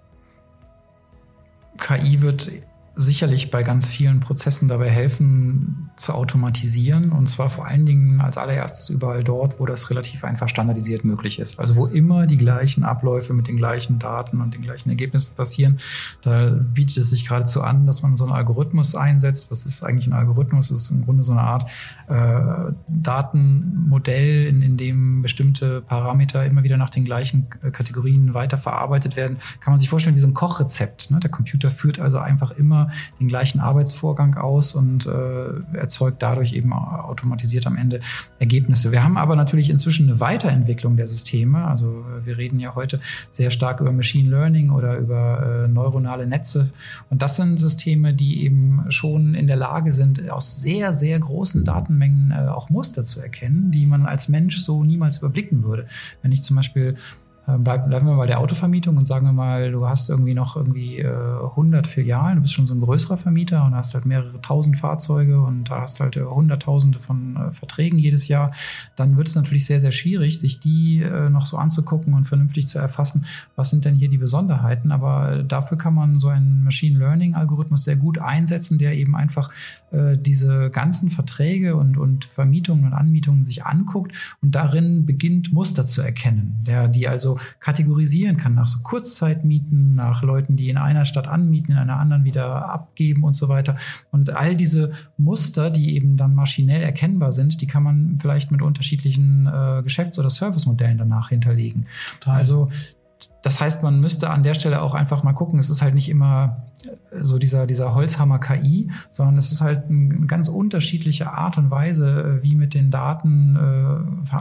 K I wird sicherlich bei ganz vielen Prozessen dabei helfen, zu automatisieren. Und zwar vor allen Dingen als allererstes überall dort, wo das relativ einfach standardisiert möglich ist. Also wo immer die gleichen Abläufe mit den gleichen Daten und den gleichen Ergebnissen passieren. Da bietet es sich geradezu an, dass man so einen Algorithmus einsetzt. Was ist eigentlich ein Algorithmus? Das ist im Grunde so eine Art äh, Datenmodell, in, in dem bestimmte Parameter immer wieder nach den gleichen Kategorien weiterverarbeitet werden. Kann man sich vorstellen wie so ein Kochrezept. Ne? Der Computer führt also einfach immer den gleichen Arbeitsvorgang aus und äh, erzeugt dadurch eben automatisiert am Ende Ergebnisse. Wir haben aber natürlich inzwischen eine Weiterentwicklung der Systeme. Also wir reden ja heute sehr stark über Machine Learning oder über äh, neuronale Netze. Und das sind Systeme, die eben schon in der Lage sind, aus sehr, sehr großen Datenmengen äh, auch Muster zu erkennen, die man als Mensch so niemals überblicken würde. Wenn ich zum Beispiel Bleiben wir bei der Autovermietung und sagen wir mal, du hast irgendwie noch irgendwie äh, hundert Filialen, du bist schon so ein größerer Vermieter und hast halt mehrere tausend Fahrzeuge und da hast halt äh, hunderttausende von äh, Verträgen jedes Jahr, dann wird es natürlich sehr, sehr schwierig, sich die äh, noch so anzugucken und vernünftig zu erfassen, was sind denn hier die Besonderheiten, aber dafür kann man so einen Machine Learning Algorithmus sehr gut einsetzen, der eben einfach äh, diese ganzen Verträge und, und Vermietungen und Anmietungen sich anguckt und darin beginnt Muster zu erkennen, der die also kategorisieren kann nach so Kurzzeitmieten, nach Leuten, die in einer Stadt anmieten, in einer anderen wieder abgeben und so weiter. Und all diese Muster, die eben dann maschinell erkennbar sind, die kann man vielleicht mit unterschiedlichen äh, Geschäfts- oder Servicemodellen danach hinterlegen. Total. Also das heißt, man müsste an der Stelle auch einfach mal gucken, es ist halt nicht immer so dieser, dieser Holzhammer-K I, sondern es ist halt eine ganz unterschiedliche Art und Weise, wie mit den Daten äh,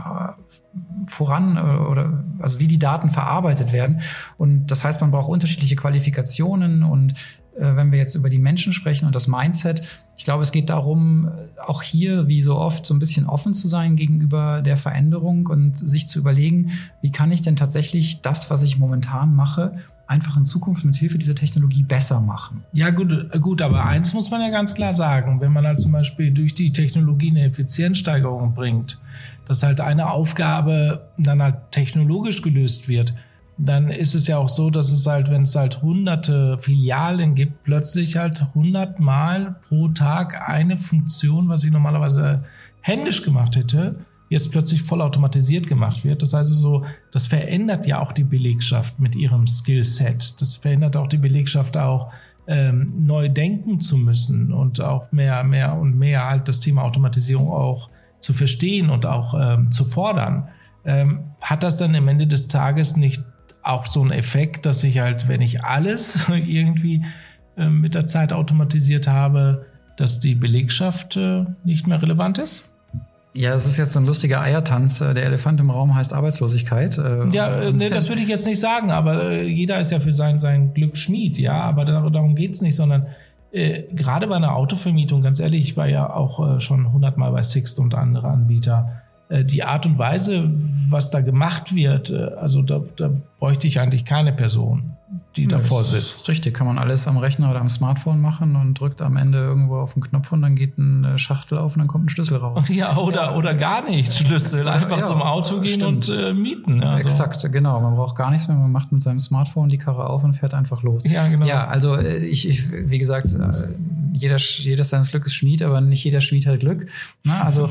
voran oder also wie die Daten verarbeitet werden. Und das heißt, man braucht unterschiedliche Qualifikationen und äh, wenn wir jetzt über die Menschen sprechen und das Mindset, ich glaube, es geht darum, auch hier, wie so oft, so ein bisschen offen zu sein gegenüber der Veränderung und sich zu überlegen, wie kann ich denn tatsächlich das, was ich momentan mache, einfach in Zukunft mit Hilfe dieser Technologie besser machen. Ja gut, gut, aber eins muss man ja ganz klar sagen, wenn man halt zum Beispiel durch die Technologie eine Effizienzsteigerung bringt, dass halt eine Aufgabe dann halt technologisch gelöst wird, dann ist es ja auch so, dass es halt, wenn es halt hunderte Filialen gibt, plötzlich halt hundertmal pro Tag eine Funktion, was ich normalerweise händisch gemacht hätte, jetzt plötzlich vollautomatisiert gemacht wird. Das heißt also, das verändert ja auch die Belegschaft mit ihrem Skillset. Das verändert auch die Belegschaft auch, ähm, neu denken zu müssen und auch mehr, mehr und mehr halt das Thema Automatisierung auch zu verstehen und auch ähm, zu fordern. Ähm, hat das dann am Ende des Tages nicht auch so einen Effekt, dass ich halt, wenn ich alles irgendwie äh, mit der Zeit automatisiert habe, dass die Belegschaft äh, nicht mehr relevant ist? Ja, das ist jetzt so ein lustiger Eiertanz. Der Elefant im Raum heißt Arbeitslosigkeit. Ja, äh, nee, das würde ich jetzt nicht sagen, aber äh, jeder ist ja für sein, sein Glück Schmied, ja, aber darum geht's nicht, sondern äh, gerade bei einer Autovermietung, ganz ehrlich, ich war ja auch äh, schon hundertmal bei Sixt und andere Anbieter, äh, die Art und Weise, was da gemacht wird, äh, also da, da bräuchte ich eigentlich keine Person, die davor sitzt. Richtig, kann man alles am Rechner oder am Smartphone machen und drückt am Ende irgendwo auf den Knopf und dann geht eine Schachtel auf und dann kommt ein Schlüssel raus. Ja, oder, ja. oder gar nicht Schlüssel, einfach ja, zum Auto gehen stimmt. und äh, mieten. Also. Exakt, genau. Man braucht gar nichts mehr, man macht mit seinem Smartphone die Karre auf und fährt einfach los. Ja, genau. Ja, also ich, ich wie gesagt, jeder, jeder seines Glückes Schmied, aber nicht jeder Schmied hat Glück. Na, also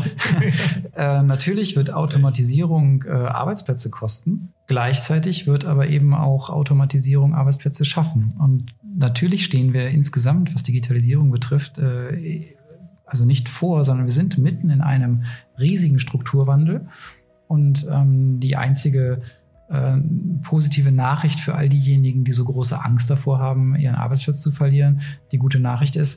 äh, natürlich wird Automatisierung äh, Arbeitsplätze kosten. Gleichzeitig wird aber eben auch Automatisierung Arbeitsplätze schaffen. Und natürlich stehen wir insgesamt, was Digitalisierung betrifft, äh, also nicht vor, sondern wir sind mitten in einem riesigen Strukturwandel. Und ähm, die einzige äh, positive Nachricht für all diejenigen, die so große Angst davor haben, ihren Arbeitsplatz zu verlieren, die gute Nachricht ist,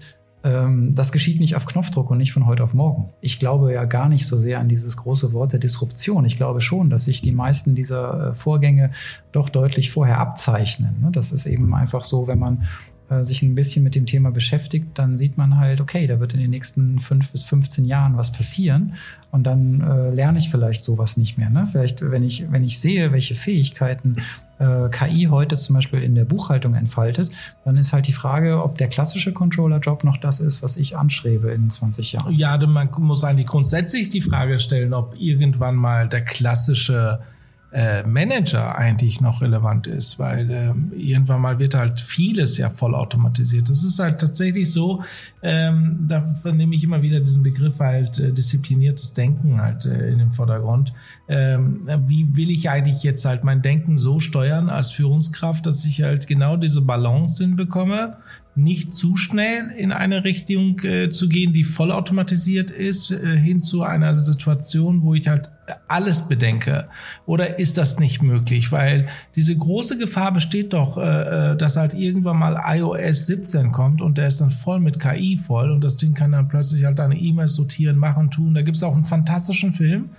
das geschieht nicht auf Knopfdruck und nicht von heute auf morgen. Ich glaube ja gar nicht so sehr an dieses große Wort der Disruption. Ich glaube schon, dass sich die meisten dieser Vorgänge doch deutlich vorher abzeichnen. Das ist eben einfach so, wenn man sich ein bisschen mit dem Thema beschäftigt, dann sieht man halt, okay, da wird in den nächsten fünf bis fünfzehn Jahren was passieren und dann äh, lerne ich vielleicht sowas nicht mehr. Ne? Vielleicht, wenn ich, wenn ich sehe, welche Fähigkeiten äh, K I heute zum Beispiel in der Buchhaltung entfaltet, dann ist halt die Frage, ob der klassische Controller-Job noch das ist, was ich anstrebe in zwanzig Jahren. Ja, man muss eigentlich grundsätzlich die Frage stellen, ob irgendwann mal der klassische Äh, Manager eigentlich noch relevant ist, weil ähm, irgendwann mal wird halt vieles ja vollautomatisiert. Das ist halt tatsächlich so, ähm, da nehme ich immer wieder diesen Begriff halt äh, diszipliniertes Denken halt äh, in den Vordergrund. Ähm, wie will ich eigentlich jetzt halt mein Denken so steuern als Führungskraft, dass ich halt genau diese Balance hinbekomme, nicht zu schnell in eine Richtung äh, zu gehen, die vollautomatisiert ist, äh, hin zu einer Situation, wo ich halt alles bedenke. Oder ist das nicht möglich? Weil diese große Gefahr besteht doch, äh, dass halt irgendwann mal i O S siebzehn kommt und der ist dann voll mit K I voll und das Ding kann dann plötzlich halt deine E-Mails sortieren, machen, tun. Da gibt es auch einen fantastischen Film.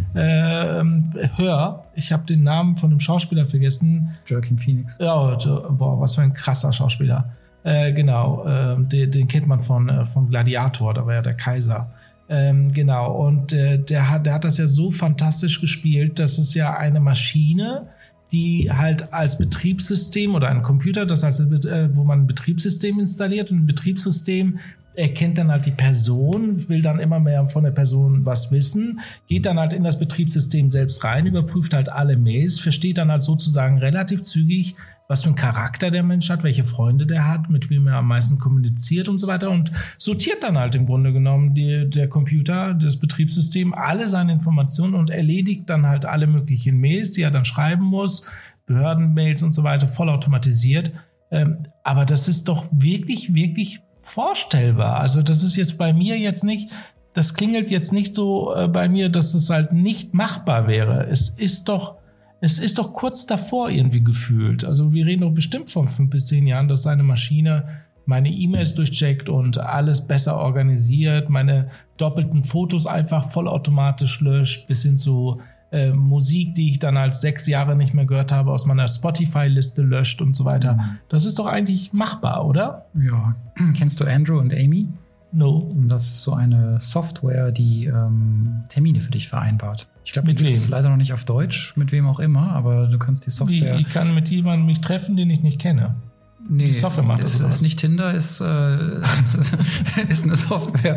Äh, Hör, ich habe den Namen von dem Schauspieler vergessen. Joaquin Phoenix. Ja, boah, was für ein krasser Schauspieler. Äh, genau, äh, den, den kennt man von, äh, von Gladiator, da war ja der Kaiser. Ähm, genau, und äh, der, hat, der hat das ja so fantastisch gespielt, dass es ja eine Maschine, die halt als Betriebssystem oder ein Computer, das heißt, äh, wo man ein Betriebssystem installiert und ein Betriebssystem erkennt dann halt die Person, will dann immer mehr von der Person was wissen, geht dann halt in das Betriebssystem selbst rein, überprüft halt alle Mails, versteht dann halt sozusagen relativ zügig, was für einen Charakter der Mensch hat, welche Freunde der hat, mit wem er am meisten kommuniziert und so weiter und sortiert dann halt im Grunde genommen die, der Computer, das Betriebssystem, alle seine Informationen und erledigt dann halt alle möglichen Mails, die er dann schreiben muss, Behördenmails und so weiter, vollautomatisiert. Ähm, aber das ist doch wirklich, wirklich vorstellbar. Also das ist jetzt bei mir jetzt nicht, das klingelt jetzt nicht so äh, bei mir, dass es halt nicht machbar wäre. Es ist doch Es ist doch kurz davor irgendwie gefühlt. Also wir reden doch bestimmt von fünf bis zehn Jahren, dass eine Maschine meine E-Mails durchcheckt und alles besser organisiert, meine doppelten Fotos einfach vollautomatisch löscht, bis hin zu äh, Musik, die ich dann als sechs Jahre nicht mehr gehört habe, aus meiner Spotify-Liste löscht und so weiter. Mhm. Das ist doch eigentlich machbar, oder? Ja. Kennst du Andrew und Amy? No. Das ist so eine Software, die ähm, Termine für dich vereinbart. Ich glaube, die gibt es leider noch nicht auf Deutsch, mit wem auch immer, aber du kannst die Software... Wie, ich kann mit jemandem mich treffen, den ich nicht kenne. Nee, die Software macht das. Ist, ist nicht Tinder, ist, äh, ist eine Software,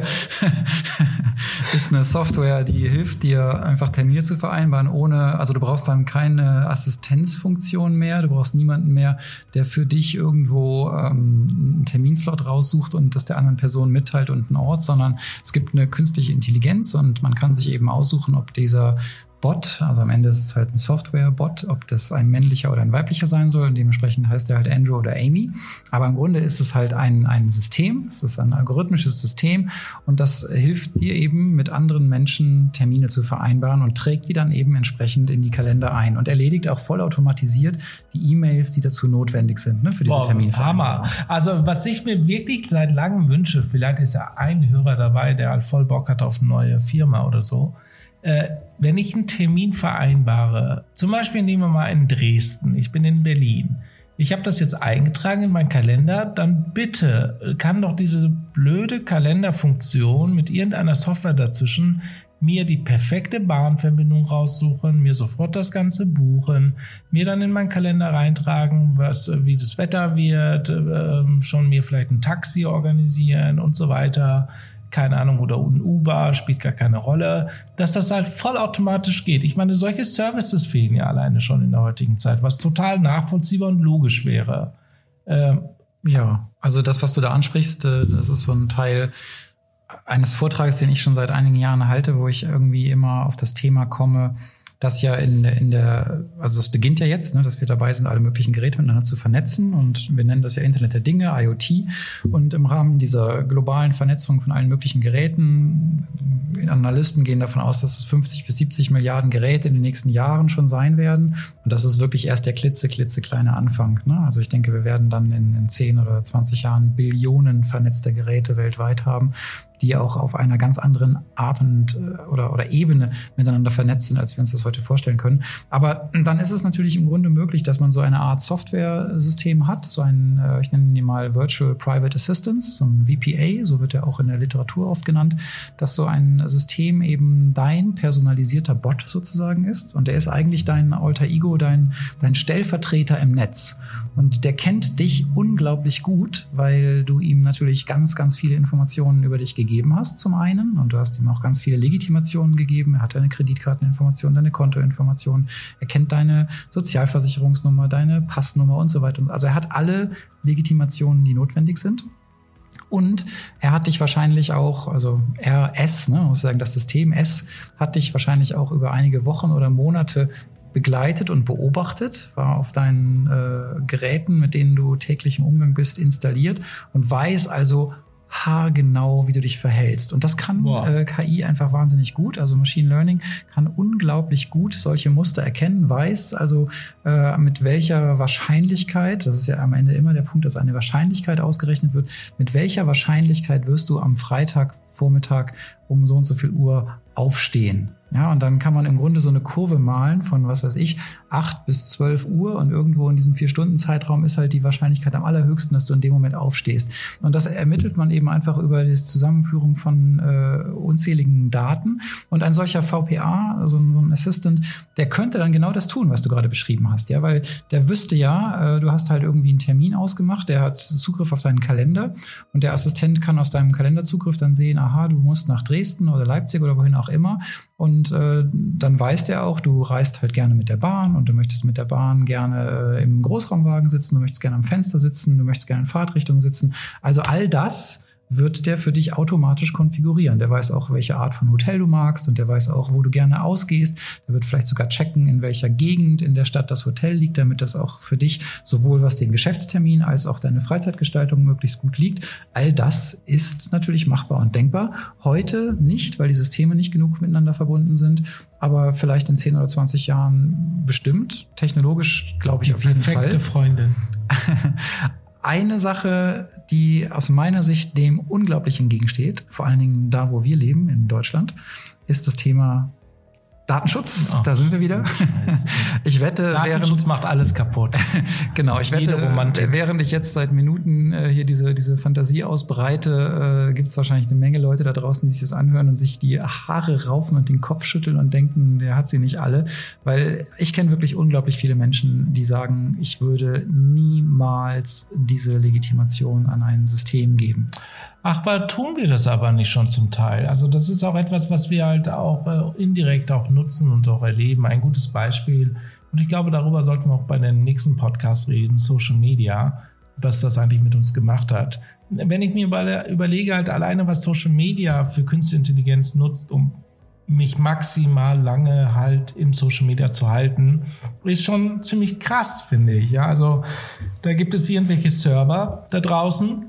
ist eine Software, die hilft dir einfach Termine zu vereinbaren, ohne, also du brauchst dann keine Assistenzfunktion mehr, du brauchst niemanden mehr, der für dich irgendwo ähm, einen Terminslot raussucht und das der anderen Person mitteilt und einen Ort, sondern es gibt eine künstliche Intelligenz und man kann sich eben aussuchen, ob dieser Bot, also am Ende ist es halt ein Software-Bot, ob das ein männlicher oder ein weiblicher sein soll. Und dementsprechend heißt er halt Andrew oder Amy. Aber im Grunde ist es halt ein, ein System, es ist ein algorithmisches System und das hilft dir eben mit anderen Menschen Termine zu vereinbaren und trägt die dann eben entsprechend in die Kalender ein und erledigt auch vollautomatisiert die E-Mails, die dazu notwendig sind, ne, für diese Terminvereinbarung. Hammer. Also was ich mir wirklich seit langem wünsche, vielleicht ist ja ein Hörer dabei, der halt voll Bock hat auf eine neue Firma oder so, Äh, wenn ich einen Termin vereinbare, zum Beispiel nehmen wir mal in Dresden, ich bin in Berlin, ich habe das jetzt eingetragen in meinen Kalender, dann bitte kann doch diese blöde Kalenderfunktion mit irgendeiner Software dazwischen mir die perfekte Bahnverbindung raussuchen, mir sofort das Ganze buchen, mir dann in meinen Kalender reintragen, was, wie das Wetter wird, äh, schon mir vielleicht ein Taxi organisieren und so weiter. Keine Ahnung, oder ein Uber, spielt gar keine Rolle, dass das halt vollautomatisch geht. Ich meine, solche Services fehlen ja alleine schon in der heutigen Zeit, was total nachvollziehbar und logisch wäre. Ähm, ja, also das, was du da ansprichst, das ist so ein Teil eines Vortrages, den ich schon seit einigen Jahren halte, wo ich irgendwie immer auf das Thema komme, dass ja in, in der, also es beginnt ja jetzt, ne, dass wir dabei sind, alle möglichen Geräte miteinander zu vernetzen und wir nennen das ja Internet der Dinge, I O T. Und im Rahmen dieser globalen Vernetzung von allen möglichen Geräten, Analysten gehen davon aus, dass es fünfzig bis siebzig Milliarden Geräte in den nächsten Jahren schon sein werden. Und das ist wirklich erst der klitze, klitze kleine Anfang, ne? Also ich denke, wir werden dann in, in zehn oder zwanzig Jahren Billionen vernetzter Geräte weltweit haben, die auch auf einer ganz anderen Art und oder, oder Ebene miteinander vernetzt sind, als wir uns das heute vorstellen können. Aber dann ist es natürlich im Grunde möglich, dass man so eine Art Software-System hat, so ein, ich nenne ihn mal Virtual Private Assistance, so ein V P A, so wird er auch in der Literatur oft genannt, dass so ein System eben dein personalisierter Bot sozusagen ist und der ist eigentlich dein Alter Ego, dein, dein Stellvertreter im Netz. Und der kennt dich unglaublich gut, weil du ihm natürlich ganz, ganz viele Informationen über dich gegeben hast zum einen und du hast ihm auch ganz viele Legitimationen gegeben. Er hat deine Kreditkarteninformationen, deine Kontoinformationen, er kennt deine Sozialversicherungsnummer, deine Passnummer und so weiter. Also er hat alle Legitimationen, die notwendig sind. Und er hat dich wahrscheinlich auch, also R S, ne, muss sagen, das System S hat dich wahrscheinlich auch über einige Wochen oder Monate begleitet und beobachtet, war auf deinen äh, Geräten, mit denen du täglich im Umgang bist, installiert und weiß also haargenau, wie du dich verhältst. Und das kann äh, K I einfach wahnsinnig gut. Also Machine Learning kann unglaublich gut solche Muster erkennen, weiß also äh, mit welcher Wahrscheinlichkeit, das ist ja am Ende immer der Punkt, dass eine Wahrscheinlichkeit ausgerechnet wird, mit welcher Wahrscheinlichkeit wirst du am Freitagvormittag um so und so viel Uhr aufstehen. Ja, und dann kann man im Grunde so eine Kurve malen von, was weiß ich, acht bis zwölf Uhr und irgendwo in diesem vier-Stunden-Zeitraum ist halt die Wahrscheinlichkeit am allerhöchsten, dass du in dem Moment aufstehst. Und das ermittelt man eben einfach über die Zusammenführung von äh, unzähligen Daten. Und ein solcher V P A, also so ein Assistant, der könnte dann genau das tun, was du gerade beschrieben hast. Ja, weil der wüsste ja, äh, du hast halt irgendwie einen Termin ausgemacht, der hat Zugriff auf deinen Kalender und der Assistent kann aus deinem Kalenderzugriff dann sehen, aha, du musst nach Dresden oder Leipzig oder wohin auch immer. Und äh, dann weiß der auch, du reist halt gerne mit der Bahn und du möchtest mit der Bahn gerne äh, im Großraumwagen sitzen, du möchtest gerne am Fenster sitzen, du möchtest gerne in Fahrtrichtung sitzen. Also all das wird der für dich automatisch konfigurieren. Der weiß auch, welche Art von Hotel du magst und der weiß auch, wo du gerne ausgehst. Der wird vielleicht sogar checken, in welcher Gegend in der Stadt das Hotel liegt, damit das auch für dich sowohl was den Geschäftstermin als auch deine Freizeitgestaltung möglichst gut liegt. All das ist natürlich machbar und denkbar. Heute nicht, weil die Systeme nicht genug miteinander verbunden sind, aber vielleicht in zehn oder zwanzig Jahren bestimmt. Technologisch glaube ich auf jeden Fall. Perfekte Freundin. Eine Sache, die aus meiner Sicht dem unglaublich entgegensteht, vor allen Dingen da, wo wir leben, in Deutschland, ist das Thema Datenschutz, oh, da sind wir wieder. Ich wette, Datenschutz während, macht alles kaputt. Genau, ich wette, während ich jetzt seit Minuten äh, hier diese, diese Fantasie ausbreite, äh, gibt es wahrscheinlich eine Menge Leute da draußen, die sich das anhören und sich die Haare raufen und den Kopf schütteln und denken, der hat sie nicht alle. Weil ich kenne wirklich unglaublich viele Menschen, die sagen, ich würde niemals diese Legitimation an ein System geben. Ach, aber tun wir das aber nicht schon zum Teil? Also das ist auch etwas, was wir halt auch äh, indirekt auch nutzen und auch erleben. Ein gutes Beispiel. Und ich glaube, darüber sollten wir auch bei dem nächsten Podcast reden, Social Media, was das eigentlich mit uns gemacht hat. Wenn ich mir über, überlege, halt alleine, was Social Media für Künstliche Intelligenz nutzt, um mich maximal lange halt im Social Media zu halten, ist schon ziemlich krass, finde ich. Ja, also da gibt es irgendwelche Server da draußen.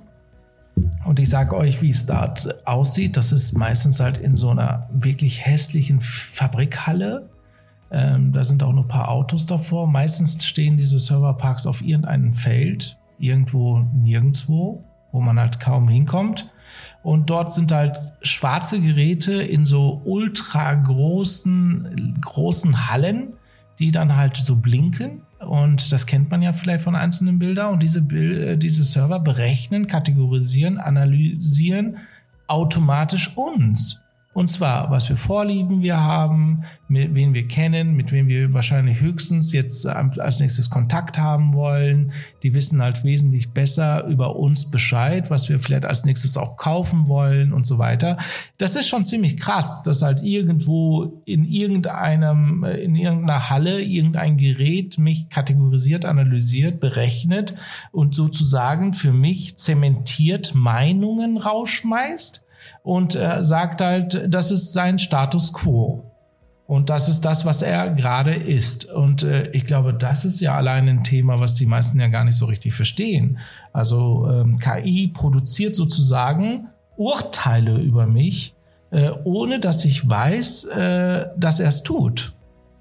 Und ich sage euch, wie es da aussieht. Das ist meistens halt in so einer wirklich hässlichen Fabrikhalle. Ähm, da sind auch nur ein paar Autos davor. Meistens stehen diese Serverparks auf irgendeinem Feld, irgendwo nirgendwo, wo man halt kaum hinkommt. Und dort sind halt schwarze Geräte in so ultra großen, großen Hallen, die dann halt so blinken. Und das kennt man ja vielleicht von einzelnen Bildern. Und diese, Bild, diese Server berechnen, kategorisieren, analysieren automatisch uns. Und zwar, was für Vorlieben wir haben, mit wen wir kennen, mit wem wir wahrscheinlich höchstens jetzt als nächstes Kontakt haben wollen. Die wissen halt wesentlich besser über uns Bescheid, was wir vielleicht als nächstes auch kaufen wollen und so weiter. Das ist schon ziemlich krass, dass halt irgendwo in irgendeinem, in irgendeiner Halle irgendein Gerät mich kategorisiert, analysiert, berechnet und sozusagen für mich zementiert Meinungen rausschmeißt. Und äh, sagt halt, das ist sein Status quo. Und das ist das, was er gerade ist. Und äh, ich glaube, das ist ja allein ein Thema, was die meisten ja gar nicht so richtig verstehen. Also ähm, K I produziert sozusagen Urteile über mich, äh, ohne dass ich weiß, äh, dass er es tut.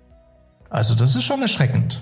Also das ist schon erschreckend.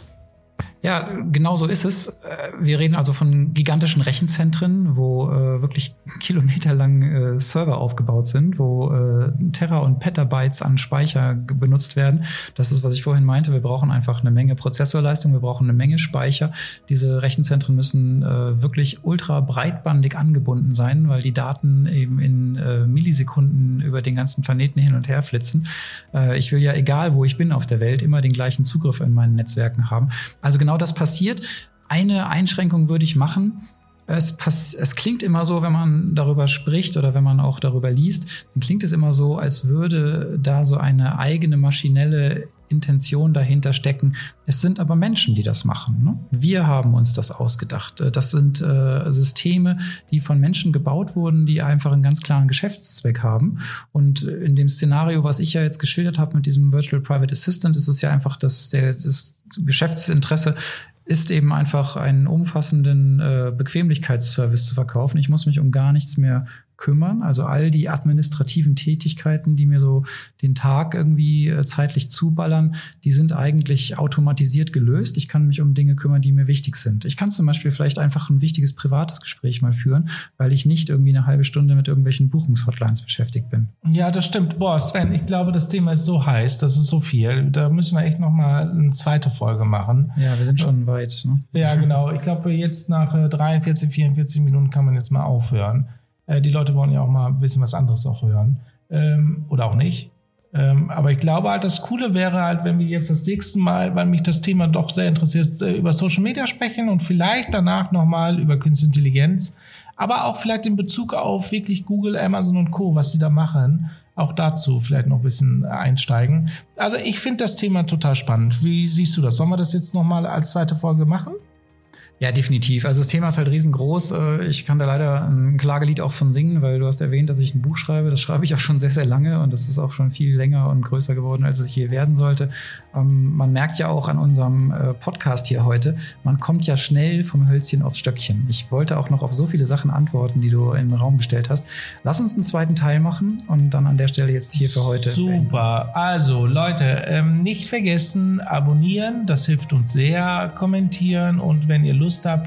Ja, genau so ist es. Wir reden also von gigantischen Rechenzentren, wo äh, wirklich kilometerlang äh, Server aufgebaut sind, wo äh, Terra und Petabytes an Speicher benutzt werden. Das ist, was ich vorhin meinte. Wir brauchen einfach eine Menge Prozessorleistung, wir brauchen eine Menge Speicher. Diese Rechenzentren müssen äh, wirklich ultra breitbandig angebunden sein, weil die Daten eben in äh, Millisekunden über den ganzen Planeten hin und her flitzen. Äh, ich will ja, egal wo ich bin auf der Welt, immer den gleichen Zugriff in meinen Netzwerken haben. Also genau das passiert. Eine Einschränkung würde ich machen. Es, pass- es klingt immer so, wenn man darüber spricht oder wenn man auch darüber liest, dann klingt es immer so, als würde da so eine eigene maschinelle Intention dahinter stecken. Es sind aber Menschen, die das machen. Ne? Wir haben uns das ausgedacht. Das sind äh, Systeme, die von Menschen gebaut wurden, die einfach einen ganz klaren Geschäftszweck haben. Und in dem Szenario, was ich ja jetzt geschildert habe mit diesem Virtual Private Assistant, ist es ja einfach, dass der, das Geschäftsinteresse ist eben einfach einen umfassenden äh, Bequemlichkeitsservice zu verkaufen. Ich muss mich um gar nichts mehr kümmern. Also all die administrativen Tätigkeiten, die mir so den Tag irgendwie äh, zeitlich zuballern, die sind eigentlich automatisiert gelöst. Ich kann mich um Dinge kümmern, die mir wichtig sind. Ich kann zum Beispiel vielleicht einfach ein wichtiges privates Gespräch mal führen, weil ich nicht irgendwie eine halbe Stunde mit irgendwelchen Buchungshotlines beschäftigt bin. Ja, das stimmt. Boah, Sven, ich glaube, das Thema ist so heiß, das ist so viel. Da müssen wir echt noch mal eine zweite Folge machen. Ja, wir sind schon weit. Ne? Ja, genau. Ich glaube, jetzt nach äh, dreiundvierzig, vierundvierzig Minuten kann man jetzt mal aufhören. Die Leute wollen ja auch mal ein bisschen was anderes auch hören. Ähm, oder auch nicht. Ähm, aber ich glaube halt, das Coole wäre halt, wenn wir jetzt das nächste Mal, weil mich das Thema doch sehr interessiert, über Social Media sprechen und vielleicht danach nochmal über Künstliche Intelligenz. Aber auch vielleicht in Bezug auf wirklich Google, Amazon und Co., was sie da machen. Auch dazu vielleicht noch ein bisschen einsteigen. Also ich finde das Thema total spannend. Wie siehst du das? Sollen wir das jetzt nochmal als zweite Folge machen? Ja, definitiv. Also das Thema ist halt riesengroß. Ich kann da leider ein Klagelied auch von singen, weil du hast erwähnt, dass ich ein Buch schreibe. Das schreibe ich auch schon sehr, sehr lange und das ist auch schon viel länger und größer geworden, als es je werden sollte. Ähm, man merkt ja auch an unserem äh, Podcast hier heute, man kommt ja schnell vom Hölzchen aufs Stöckchen. Ich wollte auch noch auf so viele Sachen antworten, die du in den Raum gestellt hast. Lass uns einen zweiten Teil machen und dann an der Stelle jetzt hier für heute. Super. Beenden. Also Leute, ähm, nicht vergessen, abonnieren, das hilft uns sehr, kommentieren und wenn ihr Lust habt,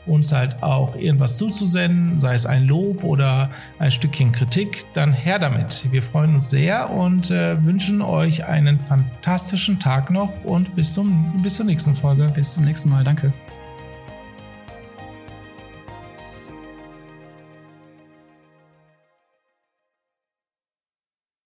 uns halt auch irgendwas zuzusenden, sei es ein Lob oder ein Stückchen Kritik, dann her damit. Wir freuen uns sehr und äh, wünschen euch einen fantastischen Tag noch und bis zum bis zur nächsten Folge. Bis zum nächsten Mal. Danke.